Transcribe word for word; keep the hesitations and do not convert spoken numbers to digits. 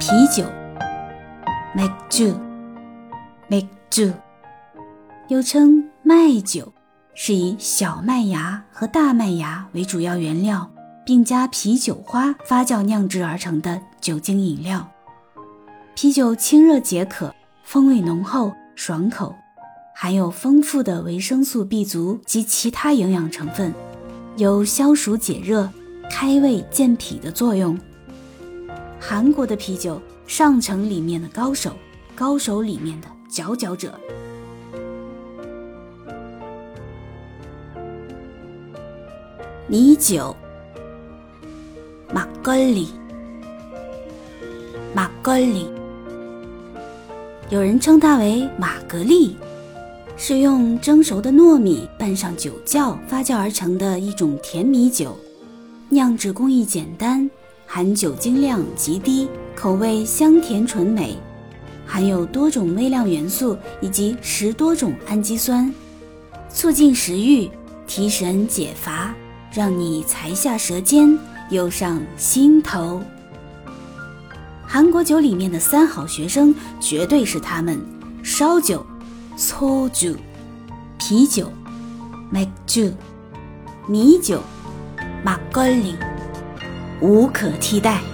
啤酒맥주 맥주又称麦酒，是以小麦芽和大麦芽为主要原料，并加啤酒花发酵酿制而成的酒精饮料。啤酒清热解渴，风味浓厚爽口，含有丰富的维生素 B 族及其他营养成分，有消暑解热、开胃健脾的作用。韩国的啤酒，上乘里面的高手，高手里面的佼佼者。米酒막걸리 막걸리有人称它为玛格丽，是用蒸熟的糯米拌上酒酵发酵而成的一种甜米酒，酿制工艺简单，含酒精量极低，口味香甜醇美，含有多种微量元素以及十多种氨基酸，促进食欲，提神解乏，让你才下舌尖，又上心头。韩国酒里面的三好学生绝对是他们：烧酒소주、啤酒맥주、米酒막걸리，无可替代。